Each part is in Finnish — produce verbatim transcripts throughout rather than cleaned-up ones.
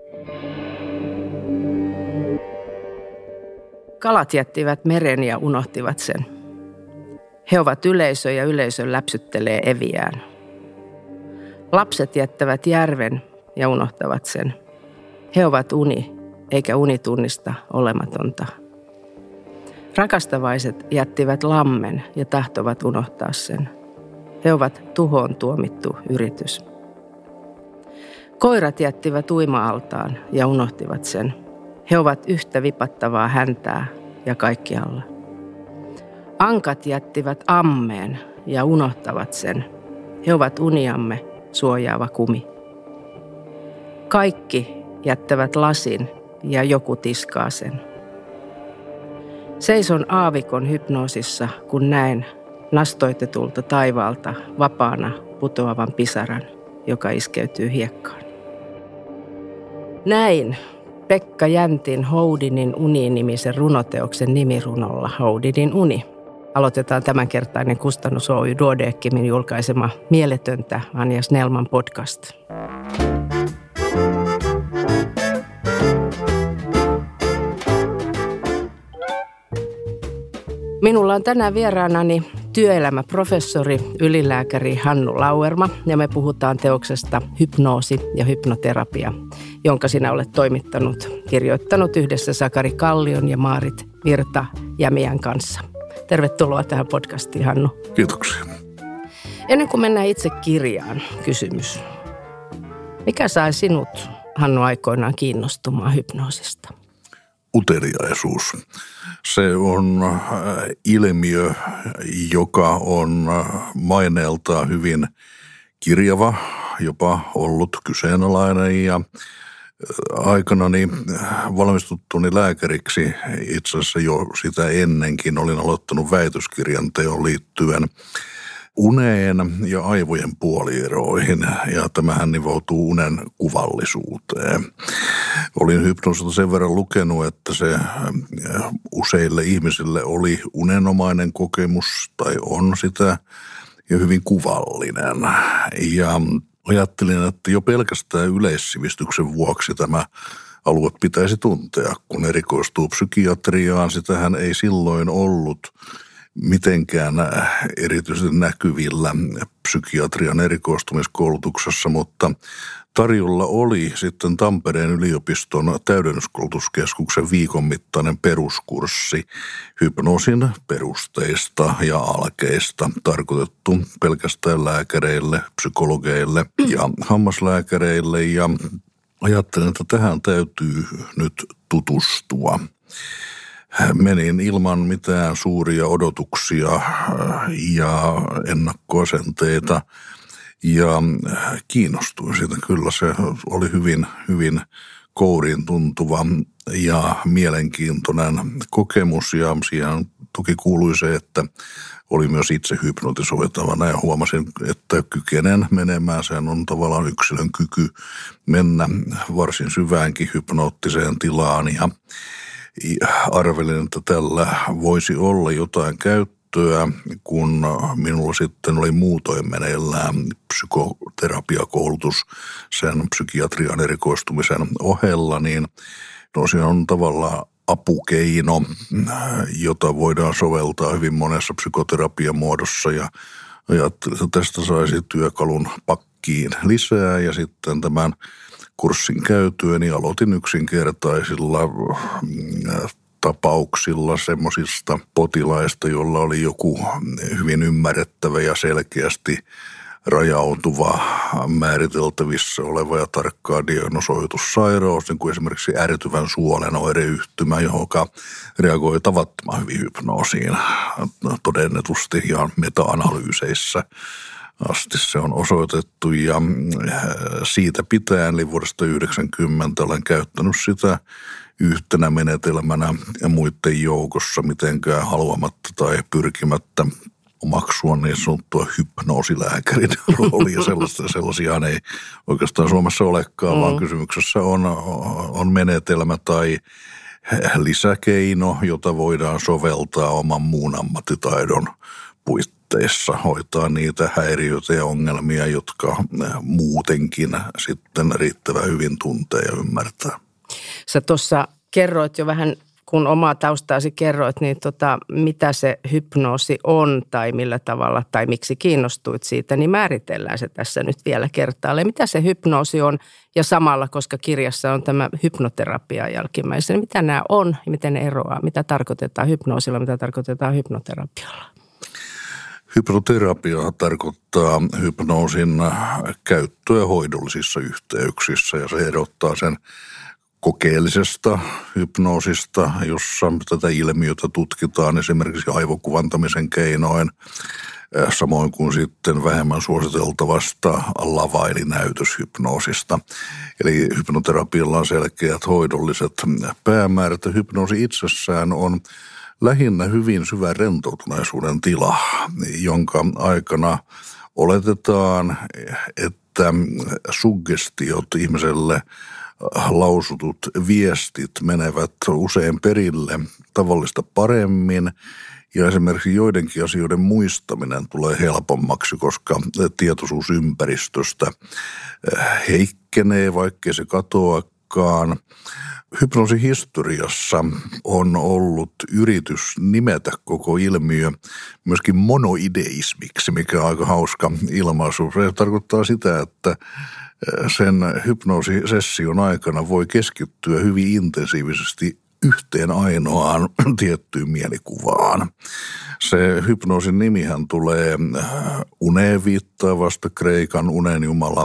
Kalat jättivät meren ja unohtivat sen. He ovat yleisö ja yleisö läpsyttelee eviään. Lapset jättävät järven ja unohtavat sen. He ovat uni, eikä uni tunnista olematonta. Rakastavaiset jättivät lammen ja tahtovat unohtaa sen. He ovat tuhoon tuomittu yritys. Koirat jättivät uima-altaan ja unohtivat sen. He ovat yhtä vipattavaa häntää ja kaikkialla. Ankat jättivät ammeen ja unohtavat sen. He ovat uniamme suojaava kumi. Kaikki jättävät lasin ja joku tiskaa sen. Seison aavikon hypnoosissa, kun näen nastoitetulta taivaalta vapaana putoavan pisaran, joka iskeytyy hiekkaan. Näin Pekka Jäntin Houdinin uni-nimisen runoteoksen nimirunolla Houdinin uni. Aloitetaan tämänkertainen Kustannus Oy Duodecimin julkaisema Mieletöntä Anja Snellman podcast. Minulla on tänään vieraanani työelämäprofessori, ylilääkäri Hannu Lauerma, ja me puhutaan teoksesta Hypnoosi ja hypnoterapia, jonka sinä olet toimittanut, kirjoittanut yhdessä Sakari Kallion ja Maarit Virta-Jämiän kanssa. Tervetuloa tähän podcastiin, Hannu. Kiitoksia. Ennen kuin mennään itse kirjaan, kysymys. Mikä sai sinut, Hannu, aikoinaan kiinnostumaan hypnoosista? Uteliaisuus. Se on ilmiö, joka on maineeltaan hyvin kirjava, jopa ollut kyseenalainen, ja aikanani valmistuttuani lääkäriksi, itse asiassa jo sitä ennenkin, olin aloittanut väitöskirjan teon liittyen uneen ja aivojen puolieroihin, ja tämähän nivoutuu unen kuvallisuuteen. Olin hypnoosista sen verran lukenut, että se useille ihmisille oli unenomainen kokemus, tai on sitä, ja hyvin kuvallinen. Ja ajattelin, että jo pelkästään yleissivistyksen vuoksi tämä alue pitäisi tuntea, kun erikoistuu psykiatriaan. Sitähän ei silloin ollut mitenkään erityisesti näkyvillä psykiatrian erikoistumiskoulutuksessa, mutta tarjolla oli sitten Tampereen yliopiston täydennyskoulutuskeskuksen viikon mittainen peruskurssi hypnoosin perusteista ja alkeista, tarkoitettu pelkästään lääkäreille, psykologeille ja hammaslääkäreille, ja ajattelin, että tähän täytyy nyt tutustua. Menin ilman mitään suuria odotuksia ja ennakkoasenteita ja kiinnostuin siitä. Kyllä se oli hyvin, hyvin kouriin tuntuva ja mielenkiintoinen kokemus, ja siihen toki kuului se, että oli myös itse hypnotisoitavana, ja huomasin, että kykenen menemään. Sehän on tavallaan yksilön kyky mennä varsin syväänkin hypnoottiseen tilaan, ja arvelin, että tällä voisi olla jotain käyttöä, kun minulla sitten oli muutoin meneillään psykoterapiakoulutus sen psykiatrian erikoistumisen ohella, niin tosiaan on tavallaan apukeino, jota voidaan soveltaa hyvin monessa psykoterapiamuodossa, ja ajattelin, että tästä saisi työkalun pakkiin lisää, ja sitten tämän kurssin käytyäni aloitin yksinkertaisilla tapauksilla semmoisista potilaista, joilla oli joku hyvin ymmärrettävä ja selkeästi rajautuva, määriteltävissä oleva ja tarkkaan diagnosoitu sairaus, niin kuin esimerkiksi ärtyvän suolen oireyhtymä, johon reagoi tavattoman hyvin hypnoosiin todennetusti ja meta-analyyseissä asti se on osoitettu, ja siitä pitäen, eli vuodesta yhdeksänkymmentä olen käyttänyt sitä yhtenä menetelmänä ja muiden joukossa mitenkään haluamatta tai pyrkimättä omaksua niin sanottua hypnoosilääkärin roolia. Sellaista, sellaisiaan ei oikeastaan Suomessa olekaan, mm. vaan kysymyksessä on, on menetelmä tai lisäkeino, jota voidaan soveltaa oman muun ammattitaidon puitteissa puitteissa hoitaa niitä häiriöitä ja ongelmia, jotka muutenkin sitten riittävän hyvin tuntee ja ymmärtää. Sä tuossa kerroit jo vähän, kun omaa taustaasi kerroit, niin tota, mitä se hypnoosi on tai millä tavalla tai miksi kiinnostuit siitä, niin määritellään se tässä nyt vielä kertaalleen. Mitä se hypnoosi on ja samalla, koska kirjassa on tämä hypnoterapia jälkimmäisenä, niin mitä nämä on ja miten ne eroaa, mitä tarkoitetaan hypnoosilla, mitä tarkoitetaan hypnoterapialla? Hypnoterapia tarkoittaa hypnoosin käyttöä hoidollisissa yhteyksissä ja se erottaa sen kokeellisesta hypnoosista, jossa tätä ilmiötä tutkitaan esimerkiksi aivokuvantamisen keinoin, samoin kuin sitten vähemmän suositeltavasta lava- eli näytöshypnoosista. Eli hypnoterapialla on selkeät hoidolliset päämäärät. Hypnoosi itsessään on lähinnä hyvin syvän rentoutuneisuuden tila, jonka aikana oletetaan, että suggestiot ihmiselle lausutut viestit menevät usein perille tavallista paremmin ja esimerkiksi joidenkin asioiden muistaminen tulee helpommaksi, koska tietoisuus ympäristöstä heikkenee, vaikkei se katoakaan. Hypnoosihistoriassa on ollut yritys nimetä koko ilmiö myöskin monoideismiksi, mikä on aika hauska ilmaisu. Se tarkoittaa sitä, että sen hypnoosisession aikana voi keskittyä hyvin intensiivisesti yhteen ainoaan tiettyyn mielikuvaan. Se hypnoosin nimihän tulee uneen viittaavasta kreikan unenjumala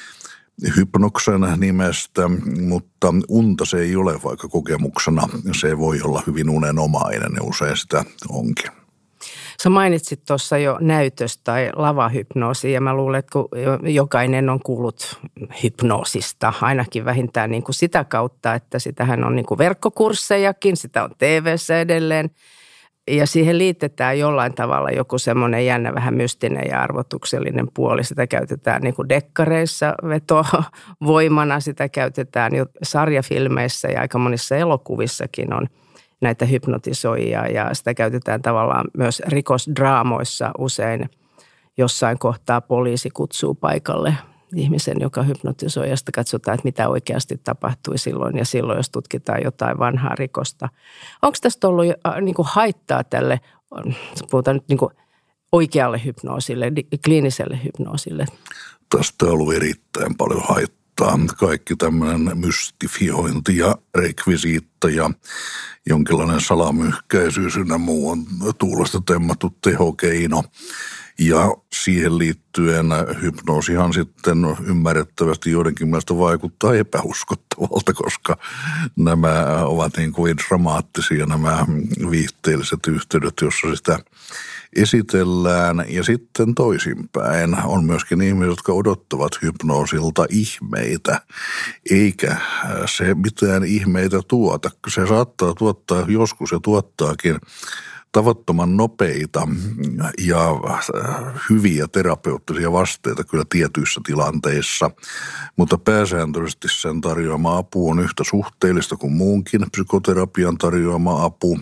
Hypnoksen nimestä, mutta unta se ei ole, vaikka kokemuksena se voi olla hyvin unenomainen ja usein sitä onkin. Sä mainitsit tuossa jo näytös- tai lavahypnoosi ja mä luulen, että kun jokainen on kuullut hypnoosista, ainakin vähintään niin kuin sitä kautta, että sitähän on niin kuin verkkokurssejakin, sitä on T V:ssä edelleen ja siihen liitetään jollain tavalla joku semmoinen jännä vähän mystinen ja arvotuksellinen puoli. Sitä käytetään niin kuin dekkareissa vetovoimana, sitä käytetään jo sarjafilmeissä ja aika monissa elokuvissakin on näitä hypnotisoijia ja sitä käytetään tavallaan myös rikosdraamoissa usein. Jossain kohtaa poliisi kutsuu paikalle ihmisen, joka hypnotisoi ja sitten katsotaan, että mitä oikeasti tapahtui silloin ja silloin, jos tutkitaan jotain vanhaa rikosta. Onko tästä ollut niin kuin haittaa tälle, puhutaan nyt niin kuin oikealle hypnoosille, kliiniselle hypnoosille? Tästä on ollut erittäin paljon haittaa. Kaikki tämmöinen mystifiointi ja rekvisiitta ja jonkinlainen salamyhkäisyys ynnä muu on tuulesta temmattu tehokeino. Ja siihen liittyen hypnoosihan sitten ymmärrettävästi joidenkin mielestä vaikuttaa epäuskottavalta, koska nämä ovat niin kuin dramaattisia nämä viihteelliset yhteydet, joissa sitä esitellään. Ja sitten toisinpäin on myöskin ihmisiä, jotka odottavat hypnoosilta ihmeitä, eikä se mitään ihmeitä tuota. Se saattaa tuottaa joskus ja tuottaakin tavattoman nopeita ja hyviä terapeuttisia vasteita kyllä tietyissä tilanteissa, mutta pääsääntöisesti sen tarjoama apu on yhtä suhteellista kuin muunkin psykoterapian tarjoama apu.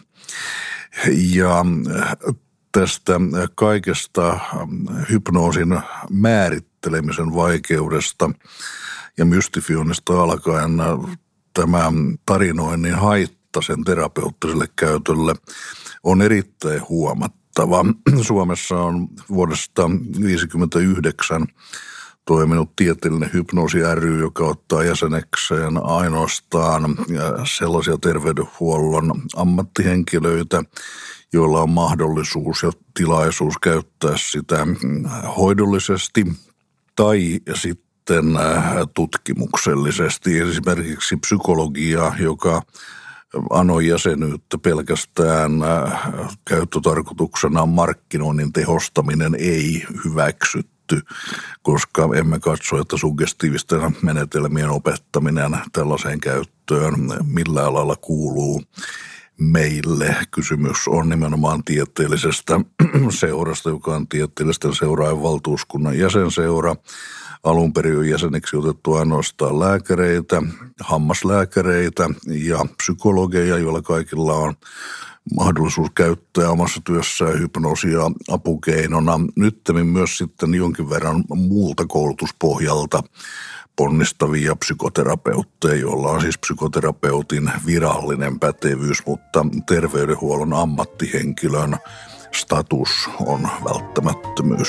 Ja tästä kaikesta hypnoosin määrittelemisen vaikeudesta ja mystifioinnista alkaen tämä tarinoinnin haitta sen terapeuttiselle käytölle on erittäin huomattava. Suomessa on vuodesta tuhatyhdeksänsataaviisikymmentäyhdeksän toiminut tieteellinen hypnoosi ry, joka ottaa jäsenekseen ainoastaan sellaisia terveydenhuollon ammattihenkilöitä, joilla on mahdollisuus ja tilaisuus käyttää sitä hoidollisesti tai sitten tutkimuksellisesti. Esimerkiksi psykologia, joka anoi jäsenyyttä pelkästään käyttötarkoituksena markkinoinnin tehostaminen, ei hyväksytty, koska emme katso, että suggestiivisten menetelmien opettaminen tällaiseen käyttöön millään lailla kuuluu meille. Kysymys on nimenomaan tieteellisestä seurasta, joka on tieteellisten seuraajan valtuuskunnan jäsenseura. Alun perin on jäseniksi otettu ainoastaan lääkäreitä, hammaslääkäreitä ja psykologeja, joilla kaikilla on mahdollisuus käyttää omassa työssään hypnoosia apukeinona. Nyttemmin myös sitten jonkin verran muulta koulutuspohjalta ponnistavia psykoterapeutteja, joilla on siis psykoterapeutin virallinen pätevyys, mutta terveydenhuollon ammattihenkilön status on välttämättömyys.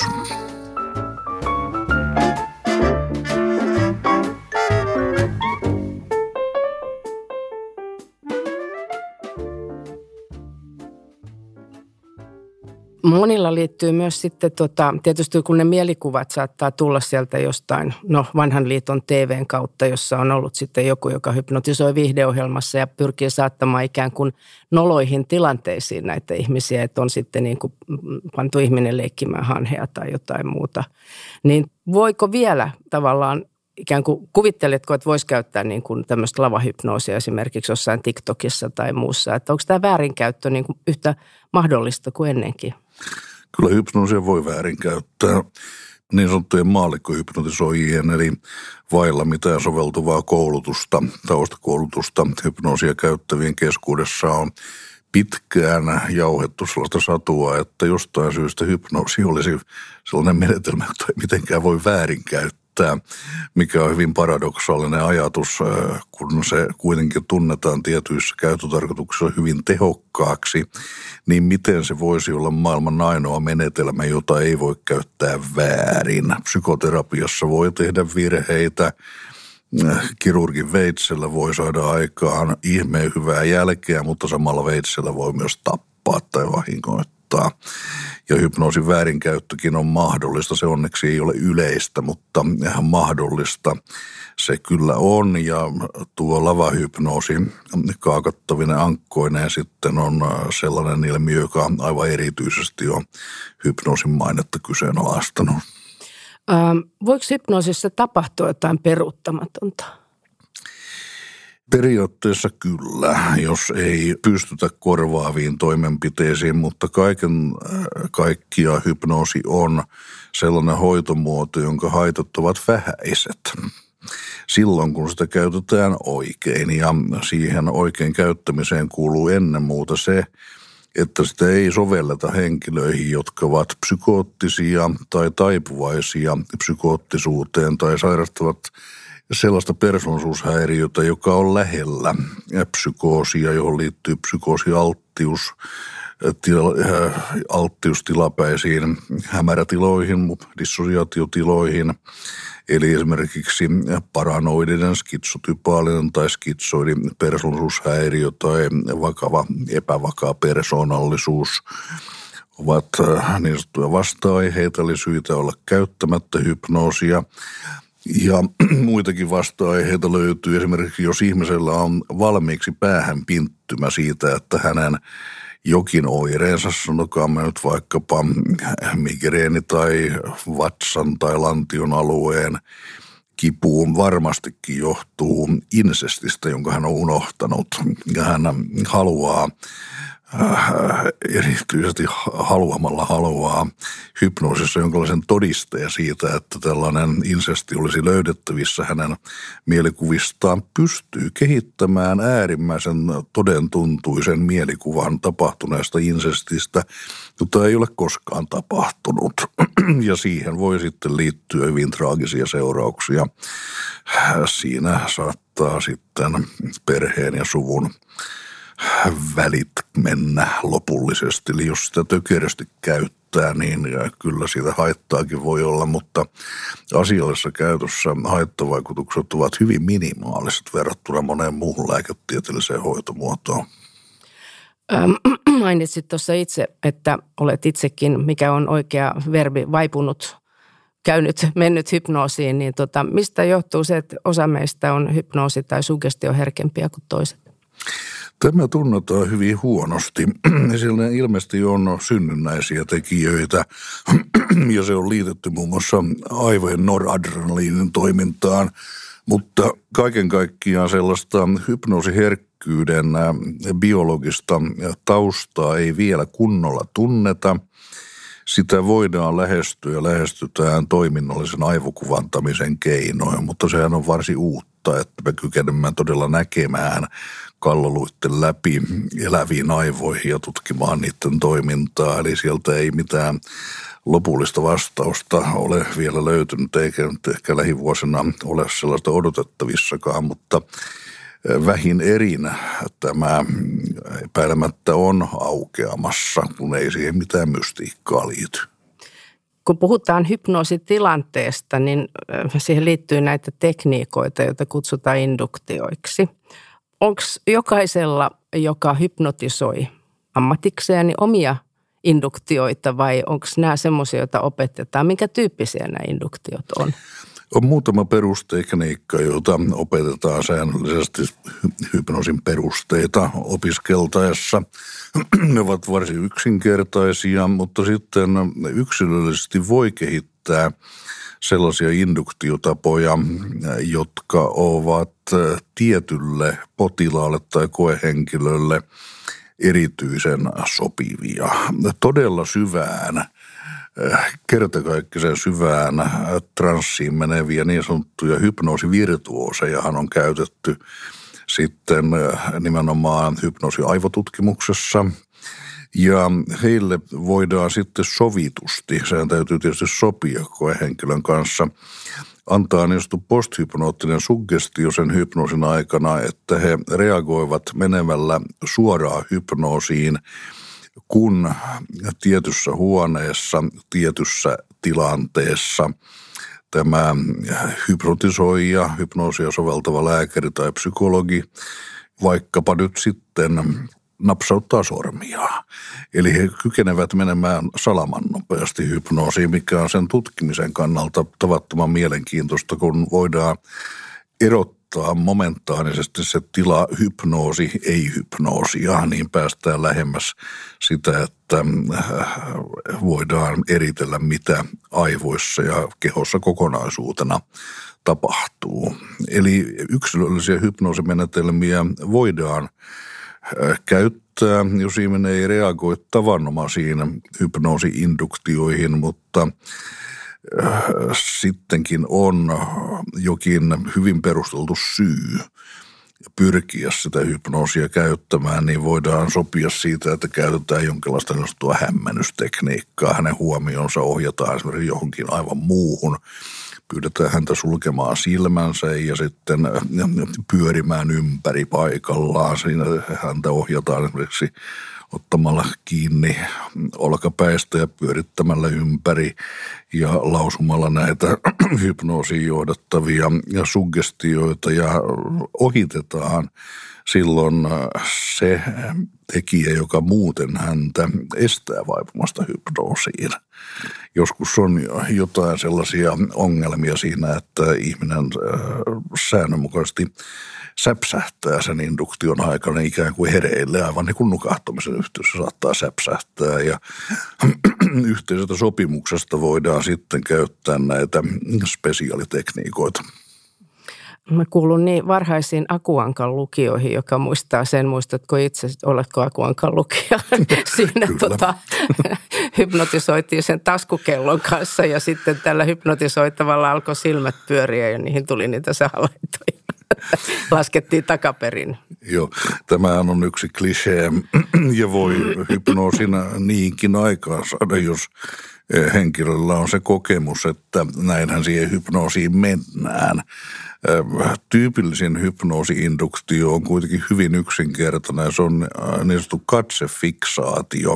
Monilla liittyy myös sitten, tota, tietysti kun ne mielikuvat saattaa tulla sieltä jostain, no vanhan liiton T V:n kautta, jossa on ollut sitten joku, joka hypnotisoi viihdeohjelmassa ja pyrkii saattamaan ikään kuin noloihin tilanteisiin näitä ihmisiä, että on sitten niin kuin pantu ihminen leikkimään hanhea tai jotain muuta. Niin voiko vielä tavallaan ikään kuin kuvitteletko, että voisi käyttää niin kuin tämmöistä lavahypnoosia esimerkiksi jossain TikTokissa tai muussa, että onko tämä väärinkäyttö niin kuin yhtä mahdollista kuin ennenkin? Kyllä hypnoosia voi väärinkäyttää niin sanottujen maallikkohypnotisoijien, eli vailla mitään soveltuvaa koulutusta, taustakoulutusta hypnoosia käyttävien keskuudessa on pitkään jauhettu sellaista satua, että jostain syystä hypnoosi olisi sellainen menetelmä, jota ei mitenkään voi väärinkäyttää, mikä on hyvin paradoksaalinen ajatus, kun se kuitenkin tunnetaan tietyissä käyttötarkoituksissa hyvin tehokkaaksi, niin miten se voisi olla maailman ainoa menetelmä, jota ei voi käyttää väärin. Psykoterapiassa voi tehdä virheitä, kirurgin veitsellä voi saada aikaan ihmeen hyvää jälkeä, mutta samalla veitsellä voi myös tappaa tai vahingoittaa. Ja hypnoosin väärinkäyttökin on mahdollista. Se onneksi ei ole yleistä, mutta mahdollista se kyllä on. Ja tuo lavahypnoosi kaakattavinen ankkoineen sitten on sellainen ilmiö, joka aivan erityisesti on hypnoosin mainetta kyseenalaistanut. Ähm, voiko hypnoosissa tapahtua jotain peruuttamatonta? Periaatteessa kyllä, jos ei pystytä korvaaviin toimenpiteisiin, mutta kaiken kaikkiaan hypnoosi on sellainen hoitomuoto, jonka haitat ovat vähäiset. Silloin, kun sitä käytetään oikein, ja siihen oikein käyttämiseen kuuluu ennen muuta se, että sitä ei sovelleta henkilöihin, jotka ovat psykoottisia tai taipuvaisia psykoottisuuteen tai sairastavat sellaista persoonallisuushäiriötä, joka on lähellä psykoosia, johon liittyy psykoosialttius, alttius tilapäisiin hämärätiloihin, dissosiaatiotiloihin, eli esimerkiksi paranoidinen, skitsotypaalinen tai skitsoidi persoonallisuushäiriö tai vakava, epävakaa persoonallisuus ovat niin sanottuja vasta-aiheita, eli syitä olla käyttämättä hypnoosia. Ja muitakin vasta-aiheita löytyy esimerkiksi, jos ihmisellä on valmiiksi päähän pinttymä siitä, että hänen jokin oireensa, sanokaamme nyt vaikkapa migreeni tai vatsan tai lantion alueen kipuun varmastikin johtuu insestistä, jonka hän on unohtanut. Ja hän haluaa, erityisesti haluamalla haluaa hypnoosissa jonkinlaisen todisteen siitä, että tällainen insesti olisi löydettävissä hänen mielikuvistaan, pystyy kehittämään äärimmäisen todentuntuisen mielikuvan tapahtuneesta insestistä, jota ei ole koskaan tapahtunut. Ja siihen voi sitten liittyä hyvin traagisia seurauksia. Siinä saattaa sitten perheen ja suvun välit mennä lopullisesti. Eli jos sitä tökerösti käyttää, niin kyllä siitä haittaakin voi olla, mutta asiallisessa käytössä haittavaikutukset ovat hyvin minimaaliset verrattuna moneen muuhun lääketieteelliseen hoitomuotoon. Ähm, mainitsit tuossa itse, että olet itsekin, mikä on oikea verbi, vaipunut, käynyt, mennyt hypnoosiin, niin tota, mistä johtuu se, että osa meistä on hypnoosi- tai suggestioherkempiä kuin toiset? Tämä tunnetaan hyvin huonosti. Siellä ilmeisesti on synnynnäisiä tekijöitä ja se on liitetty muun muassa aivojen noradrenaliinin toimintaan, mutta kaiken kaikkiaan sellaista hypnoosiherkkyyden biologista taustaa ei vielä kunnolla tunneta. sitä voidaan lähestyä ja lähestytään toiminnallisen aivokuvantamisen keinoin, mutta sehän on varsin uutta, että me kykenemme todella näkemään kalloluitten läpi eläviin aivoihin ja tutkimaan niiden toimintaa. Eli sieltä ei mitään lopullista vastausta ole vielä löytynyt, eikä nyt ehkä lähivuosina ole sellaista odotettavissakaan, mutta vähin erin tämä epäilemättä on aukeamassa, kun ei siihen mitään mystiikkaa liity. Kun puhutaan hypnoositilanteesta, niin siihen liittyy näitä tekniikoita, joita kutsutaan induktioiksi. Onko jokaisella, joka hypnotisoi ammatikseen, niin omia induktioita vai onko nämä semmoisia, joita opetetaan? Minkä tyyppisiä nämä induktiot on? On muutama perustekniikka, jota opetetaan säännöllisesti hypnoosin perusteita opiskeltaessa. Ne ovat varsin yksinkertaisia, mutta sitten yksilöllisesti voi kehittää sellaisia induktiotapoja, jotka ovat tietylle potilaalle tai koehenkilölle erityisen sopivia. Todella syvään, kertakaikkisen syvään transsiin meneviä niin sanottuja hypnoosivirtuosejahan on käytetty sitten nimenomaan hypnoosiaivotutkimuksessa. Ja heille voidaan sitten sovitusti, sehän täytyy tietysti sopia koehenkilön kanssa, antaa niin sanottu posthypnoottinen suggestio sen hypnoosin aikana, että he reagoivat menemällä suoraan hypnoosiin, kun tietyssä huoneessa, tietyssä tilanteessa tämä hypnotisoija, hypnoosia soveltava lääkäri tai psykologi vaikkapa nyt sitten napsauttaa sormia. Eli he kykenevät menemään salaman nopeasti hypnoosiin, mikä on sen tutkimisen kannalta tavattoman mielenkiintoista, kun voidaan erottaa momentaanisesti se tila hypnoosi, ei hypnoosia, niin päästään lähemmäs sitä, että voidaan eritellä, mitä aivoissa ja kehossa kokonaisuutena tapahtuu. Eli yksilöllisiä hypnoosimenetelmiä voidaan käyttää, jos ihminen ei reagoi tavanomaisiin hypnoosi-induktioihin, mutta sittenkin on jokin hyvin perusteltu syy pyrkiä sitä hypnoosia käyttämään, niin voidaan sopia siitä, että käytetään jonkinlaista hämmennystekniikkaa. Hänen huomionsa ohjataan esimerkiksi johonkin aivan muuhun. Pyydetään häntä sulkemaan silmänsä ja sitten pyörimään ympäri paikallaan. Siinä häntä ohjataan esimerkiksi ottamalla kiinni olkapäistä ja pyörittämällä ympäri ja lausumalla näitä hypnoosiin johdattavia ja suggestioita ja ohitetaan silloin se tekijä, joka muuten häntä estää vaipumasta hypnoosiin. Joskus on jotain sellaisia ongelmia siinä, että ihminen säännönmukaisesti säpsähtää sen induktion aikana ikään kuin hereille, aivan niin kuin nukahtumisen yhteydessä saattaa säpsähtää. Ja yhteisestä sopimuksesta voidaan sitten käyttää näitä spesiaalitekniikoita. Mä kuulun niin varhaisiin Akuankan lukioihin, joka muistaa sen, muistatko itse, oletko Akuankan lukija? Siinä tota, hypnotisoitiin sen taskukellon kanssa ja sitten tällä hypnotisoitavalla alkoi silmät pyöriä ja niihin tuli niitä sahalaitoja. Laskettiin takaperin. Joo, tämähän on yksi klisee ja voi hypnoosina niinkin aikaan saada, jos henkilöllä on se kokemus, että näinhän siihen hypnoosiin mennään. Tyypillisin hypnoosi-induktio on kuitenkin hyvin yksinkertainen. Se on niin sanottu katsefiksaatio.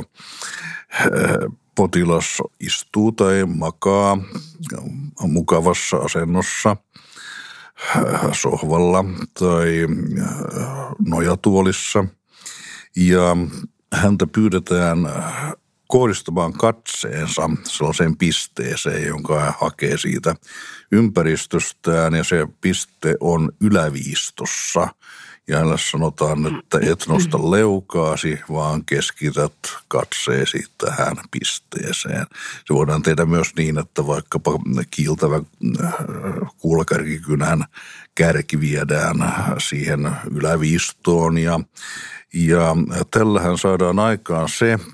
Potilas istuu tai makaa mukavassa asennossa sohvalla tai nojatuolissa ja häntä pyydetään kohdistamaan katseensa sellaiseen pisteeseen, jonka hän hakee siitä ympäristöstään ja se piste on yläviistossa. Ja hänelle sanotaan, että et nosta leukaasi, vaan keskität katseesi tähän pisteeseen. Se voidaan tehdä myös niin, että vaikkapa kiiltävä kuulakärkikynän kärki viedään siihen yläviistoon. Ja, ja tällähän saadaan aikaan se, että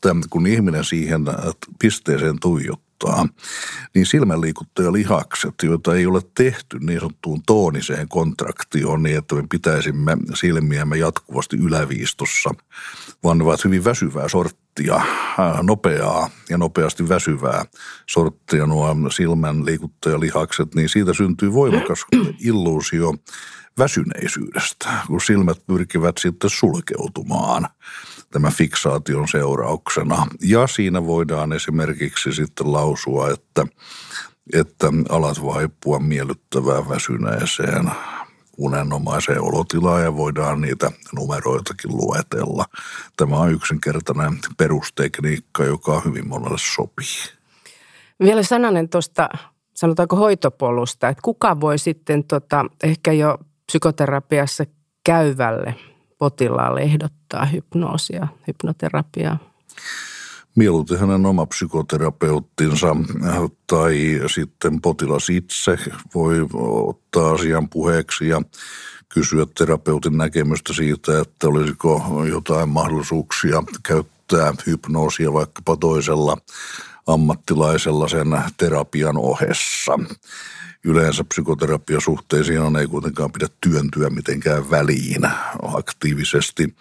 että kun ihminen siihen pisteeseen tuijottaa, niin silmänliikuttajalihakset, joita ei ole tehty niin sanottuun tooniseen kontraktioon niin, että me pitäisimme silmiämme jatkuvasti yläviistossa, vaan ne ovat hyvin väsyvää sorttia, nopeaa ja nopeasti väsyvää sorttia nuo silmänliikuttajalihakset, niin siitä syntyy voimakas illuusio väsyneisyydestä, kun silmät pyrkivät sitten sulkeutumaan tämän fiksaation seurauksena. Ja siinä voidaan esimerkiksi sitten lausua, että, että alat vaipua miellyttävään väsyneeseen unenomaiseen olotilaan ja voidaan niitä numeroitakin luetella. Tämä on yksinkertainen perustekniikka, joka hyvin monelle sopii. Vielä sananen tuosta, sanotaanko hoitopolusta, että kuka voi sitten tota, ehkä jo psykoterapiassa käyvälle potilaalle ehdottaa hypnoosia, hypnoterapiaa? Mieluiten hänen oma psykoterapeuttinsa tai sitten potilas itse voi ottaa asian puheeksi ja kysyä terapeutin näkemystä siitä, että olisiko jotain mahdollisuuksia käyttää hypnoosia vaikkapa toisella ammattilaisella sen terapian ohessa. Yleensä psykoterapiasuhteisiin on ei kuitenkaan pidä työntyä mitenkään väliin aktiivisesti.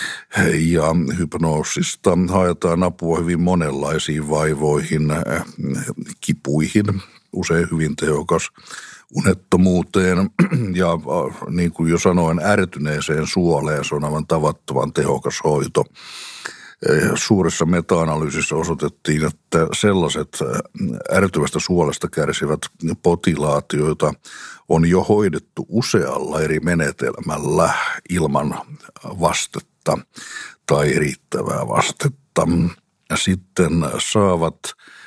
Ja hypnoosista haetaan apua hyvin monenlaisiin vaivoihin, kipuihin, usein hyvin tehokas unettomuuteen ja niin kuin jo sanoin, ärtyneeseen suoleen. Se on aivan tavattoman tehokas hoito. Suuressa meta-analyysissä osoitettiin, että sellaiset ärtyvästä suolesta kärsivät potilaat, joita on jo hoidettu usealla eri menetelmällä ilman vastetta tai riittävää vastetta, sitten saavat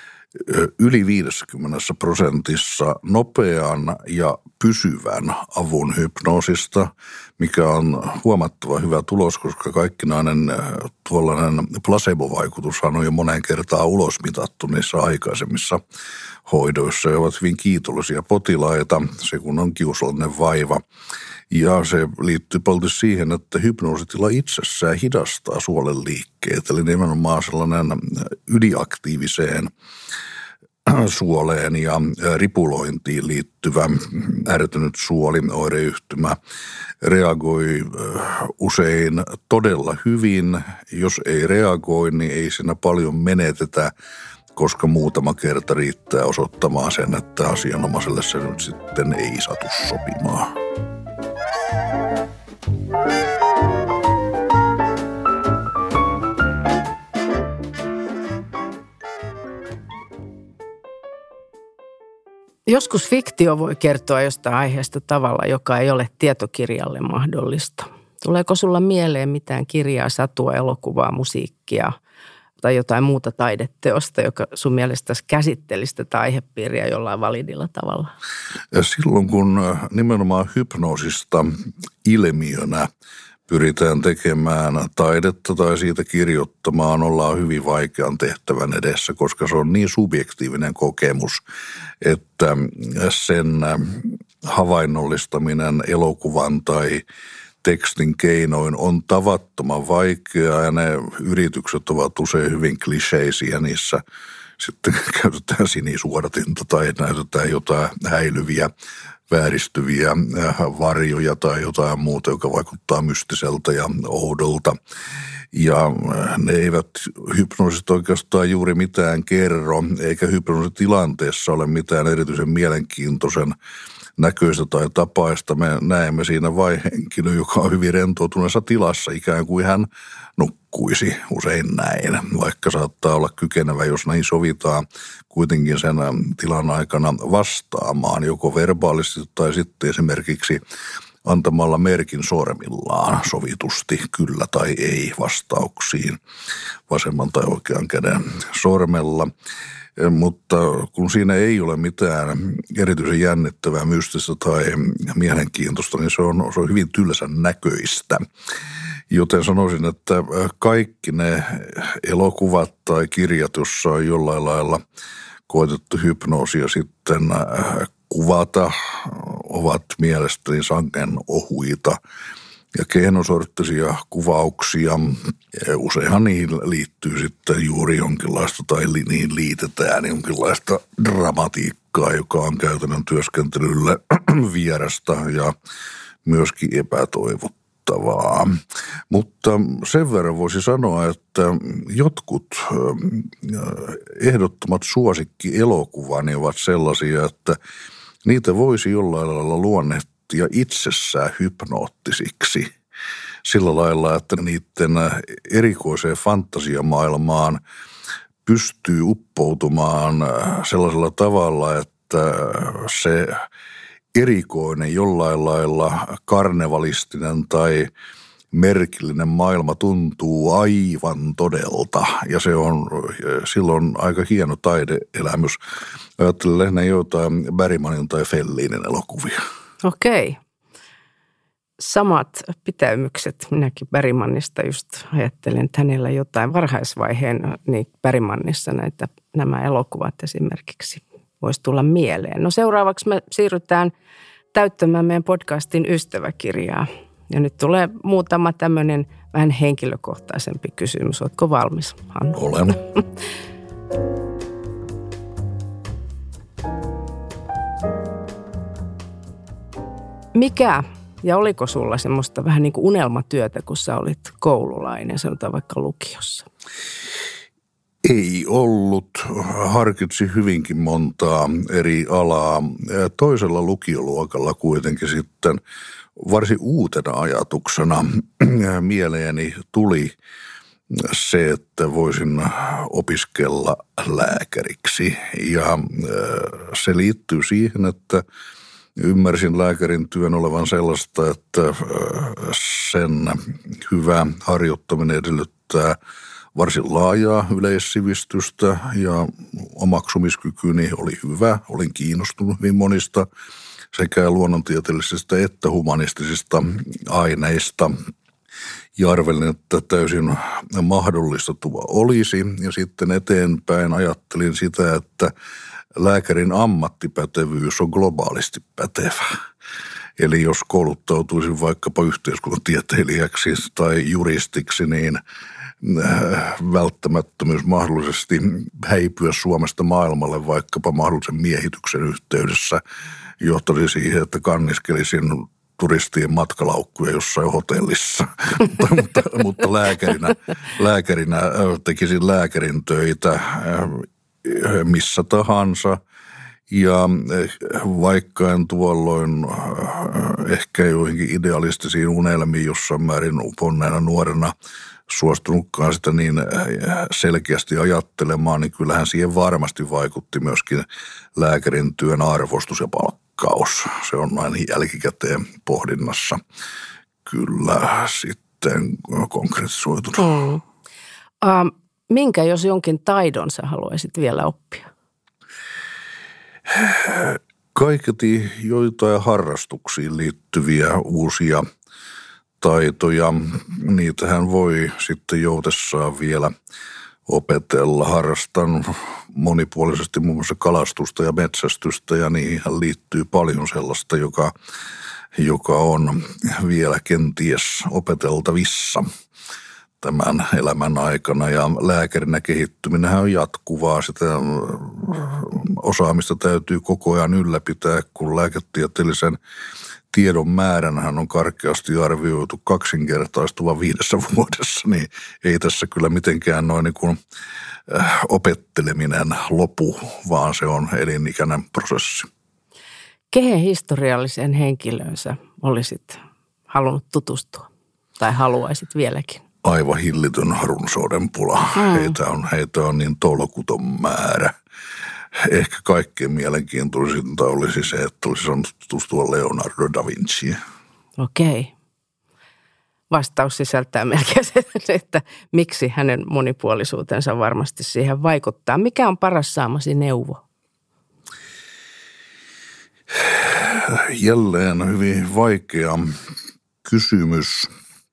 yli viisikymmentä prosentissa nopean ja pysyvän avun hypnoosista, mikä on huomattava hyvä tulos, koska kaikkinainen tuollainen placebo-vaikutushan on jo moneen kertaan ulosmitattu niissä aikaisemmissa hoidoissa ja ovat hyvin kiitollisia potilaita, se kun on kiusallinen vaiva. Ja se liittyy paljon siihen, että hypnoositila itsessään hidastaa suolen liikkeet, eli nimenomaan sellainen yliaktiiviseen suoleen ja ripulointiin liittyvä ärtynyt suolioireyhtymä reagoi usein todella hyvin. Jos ei reagoi, niin ei siinä paljon menetetä, koska muutama kerta riittää osoittamaan sen, että asianomaiselle se nyt sitten ei satu sopimaan. Joskus fiktio voi kertoa jostain aiheesta tavalla, joka ei ole tietokirjalle mahdollista. Tuleeko sulla mieleen mitään kirjaa, satua, elokuvaa, musiikkia tai jotain muuta taideteosta, joka sun mielestäsi käsittelisi tätä aihepiiriä jollain validilla tavalla? Ja silloin kun nimenomaan hypnoosista ilmiönä pyritään tekemään taidetta tai siitä kirjoittamaan, ollaan hyvin vaikean tehtävän edessä, koska se on niin subjektiivinen kokemus, että sen havainnollistaminen elokuvan tai tekstin keinoin on tavattoman vaikeaa ja ne yritykset ovat usein hyvin kliseisiä. Niissä sitten käytetään sinisuodatinta tai näytetään jotain häilyviä, vääristyviä varjoja tai jotain muuta, joka vaikuttaa mystiseltä ja oudolta. Ja ne eivät hypnoosit oikeastaan juuri mitään kerro, eikä hypnoositilanteessa ole mitään erityisen mielenkiintoisen näköistä tai tapaista. Me näemme siinä vain henkilö, joka on hyvin rentoutuneessa tilassa, ikään kuin hän nukkuisi, usein näin, vaikka saattaa olla kykenevä, jos näin sovitaan, kuitenkin sen tilan aikana vastaamaan, joko verbaalisesti tai sitten esimerkiksi antamalla merkin sormillaan sovitusti kyllä tai ei vastauksiin vasemman tai oikean käden sormella. Mutta kun siinä ei ole mitään erityisen jännittävää, mystistä tai mielenkiintoista, niin se on, se on hyvin tylsän näköistä. Joten sanoisin, että kaikki ne elokuvat tai kirjat, joissa on jollain lailla koetettu hypnoosia sitten kuvata, ovat mielestäni sangen ohuita ja keinosorttisia kuvauksia. Ja useinhan niihin liittyy sitten juuri jonkinlaista tai niihin liitetään jonkinlaista dramatiikkaa, joka on käytännön työskentelylle vierasta ja myöskin epätoivottavaa. Mutta sen verran voisi sanoa, että jotkut ehdottomat suosikkielokuvani ovat sellaisia, että niitä voisi jollain lailla luonnehtia itsessään hypnoottisiksi. Sillä lailla, että niiden erikoiseen fantasiamaailmaan pystyy uppoutumaan sellaisella tavalla, että se erikoinen, jollain lailla karnevalistinen tai merkillinen maailma tuntuu aivan todelta ja se on silloin aika hieno taideelämys. Ajattelen lähinnä jotain Bergmanin tai Fellinin elokuvia. Okei. Samat pitäymykset. Minäkin Bergmanista just ajattelin, että hänellä jotain varhaisvaiheen niin Bergmanissa näitä, nämä elokuvat esimerkiksi voisi tulla mieleen. No seuraavaksi me siirrytään täyttämään meidän podcastin ystäväkirjaa. Ja nyt tulee muutama tämmöinen vähän henkilökohtaisempi kysymys. Oletko valmis, Hannu? Olen. Mikä ja oliko sulla semmoista vähän niin kuin unelmatyötä, kun sä olit koululainen, sanotaan vaikka lukiossa? Ei ollut. Harkitsi hyvinkin montaa eri alaa. Toisella lukioluokalla kuitenkin sitten varsin uutena ajatuksena mieleeni tuli se, että voisin opiskella lääkäriksi. Ja se liittyy siihen, että ymmärsin lääkärin työn olevan sellaista, että sen hyvä harjoittaminen edellyttää varsin laajaa yleissivistystä ja omaksumiskykyni oli hyvä. Olin kiinnostunut hyvin monista sekä luonnontieteellisistä että humanistisista aineista. Ja arvelin, että täysin mahdollista tuo olisi. Ja sitten eteenpäin ajattelin sitä, että lääkärin ammattipätevyys on globaalisti pätevä. Eli jos kouluttautuisin vaikkapa yhteiskuntatieteilijäksi tai juristiksi, niin välttämättömyys mahdollisesti häipyä Suomesta maailmalle vaikkapa mahdollisen miehityksen yhteydessä johtaisi siihen, että kanniskelisin turistien matkalaukkuja jossain hotellissa, mutta, mutta, mutta lääkärinä, lääkärinä tekisin lääkärin töitä missä tahansa. Ja vaikka en tuolloin ehkä joihinkin idealistisiin unelmiin jossain määrin uponneena nuorena suostunutkaan sitä niin selkeästi ajattelemaan, niin kyllähän siihen varmasti vaikutti myöskin lääkärin työn arvostus ja palkkaus. Se on näin jälkikäteen pohdinnassa kyllä sitten konkretisoitunut. Mm. Um, minkä jos jonkin taidon sä haluaisit vielä oppia? Kaiketi joitain harrastuksiin liittyviä uusia taitoja. Niitähän voi sitten joutessaan vielä opetella. Harrastan monipuolisesti muun muassa kalastusta ja metsästystä ja niihin liittyy paljon sellaista, joka, joka on vielä kenties opeteltavissa tämän elämän aikana. Ja lääkärinä kehittyminenhän on jatkuvaa. Sitä osaamista täytyy koko ajan ylläpitää, kun lääketieteellisen tiedon määränhän on karkeasti arvioitu kaksinkertaistuva viidessä vuodessa, niin ei tässä kyllä mitenkään noin niin kuin opetteleminen lopu, vaan se on elinikäinen prosessi. Kehen historialliseen henkilöön sä olisit halunnut tutustua tai haluaisit vieläkin? Aivan hillitön runsauden pula. Mm. Heitä on, heitä on niin tolkuton määrä. Ehkä kaikkein mielenkiintoisinta olisi se, että olisi saanut tutustua Leonardo da Vinciin. Okei. Vastaus sisältää melkein se, että miksi hänen monipuolisuutensa varmasti siihen vaikuttaa. Mikä on paras saamasi neuvo? Jälleen hyvin vaikea kysymys.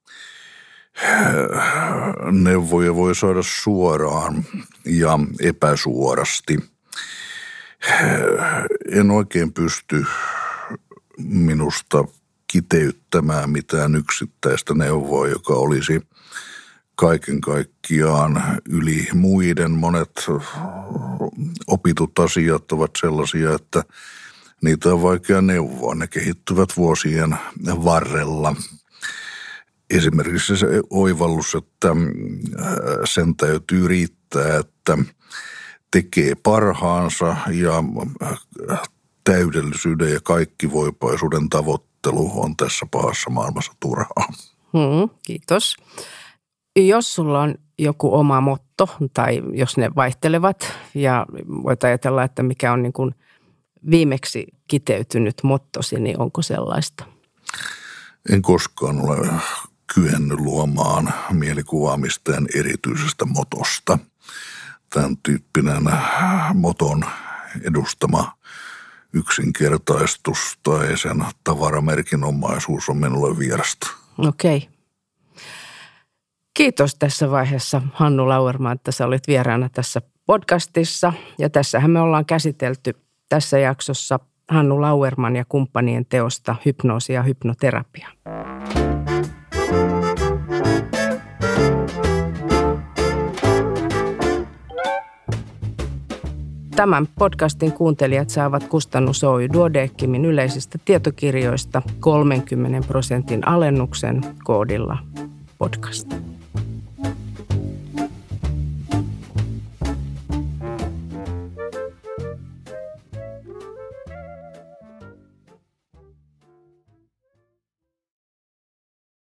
Neuvoja voi saada suoraan ja epäsuorasti. En oikein pysty minusta kiteyttämään mitään yksittäistä neuvoa, joka olisi kaiken kaikkiaan yli muiden. Monet opitut asiat ovat sellaisia, että niitä on vaikea neuvoa. Ne kehittyvät vuosien varrella. Esimerkiksi se oivallus, että sen täytyy riittää, että tekee parhaansa ja täydellisyyden ja kaikkivoipaisuuden tavoittelu on tässä pahassa maailmassa turhaa. Hmm, kiitos. Jos sulla on joku oma motto tai jos ne vaihtelevat ja voit ajatella, että mikä on niin kuin viimeksi kiteytynyt mottosi, niin onko sellaista? En koskaan ole kyennyt luomaan mielikuvaa mistään erityisestä motosta. Tämän tyyppinen moton edustama yksinkertaistus tai sen tavaramerkinomaisuus on minulle vierasta. Okei. Kiitos tässä vaiheessa Hannu Lauerma, että sä olit vieraana tässä podcastissa. Ja tässähän me ollaan käsitelty tässä jaksossa Hannu Lauerman ja kumppanien teosta Hypnoosi ja hypnoterapia. Tämän podcastin kuuntelijat saavat Kustannus Oy Duodecimin yleisistä tietokirjoista kolmenkymmenen prosentin alennuksen koodilla podcast.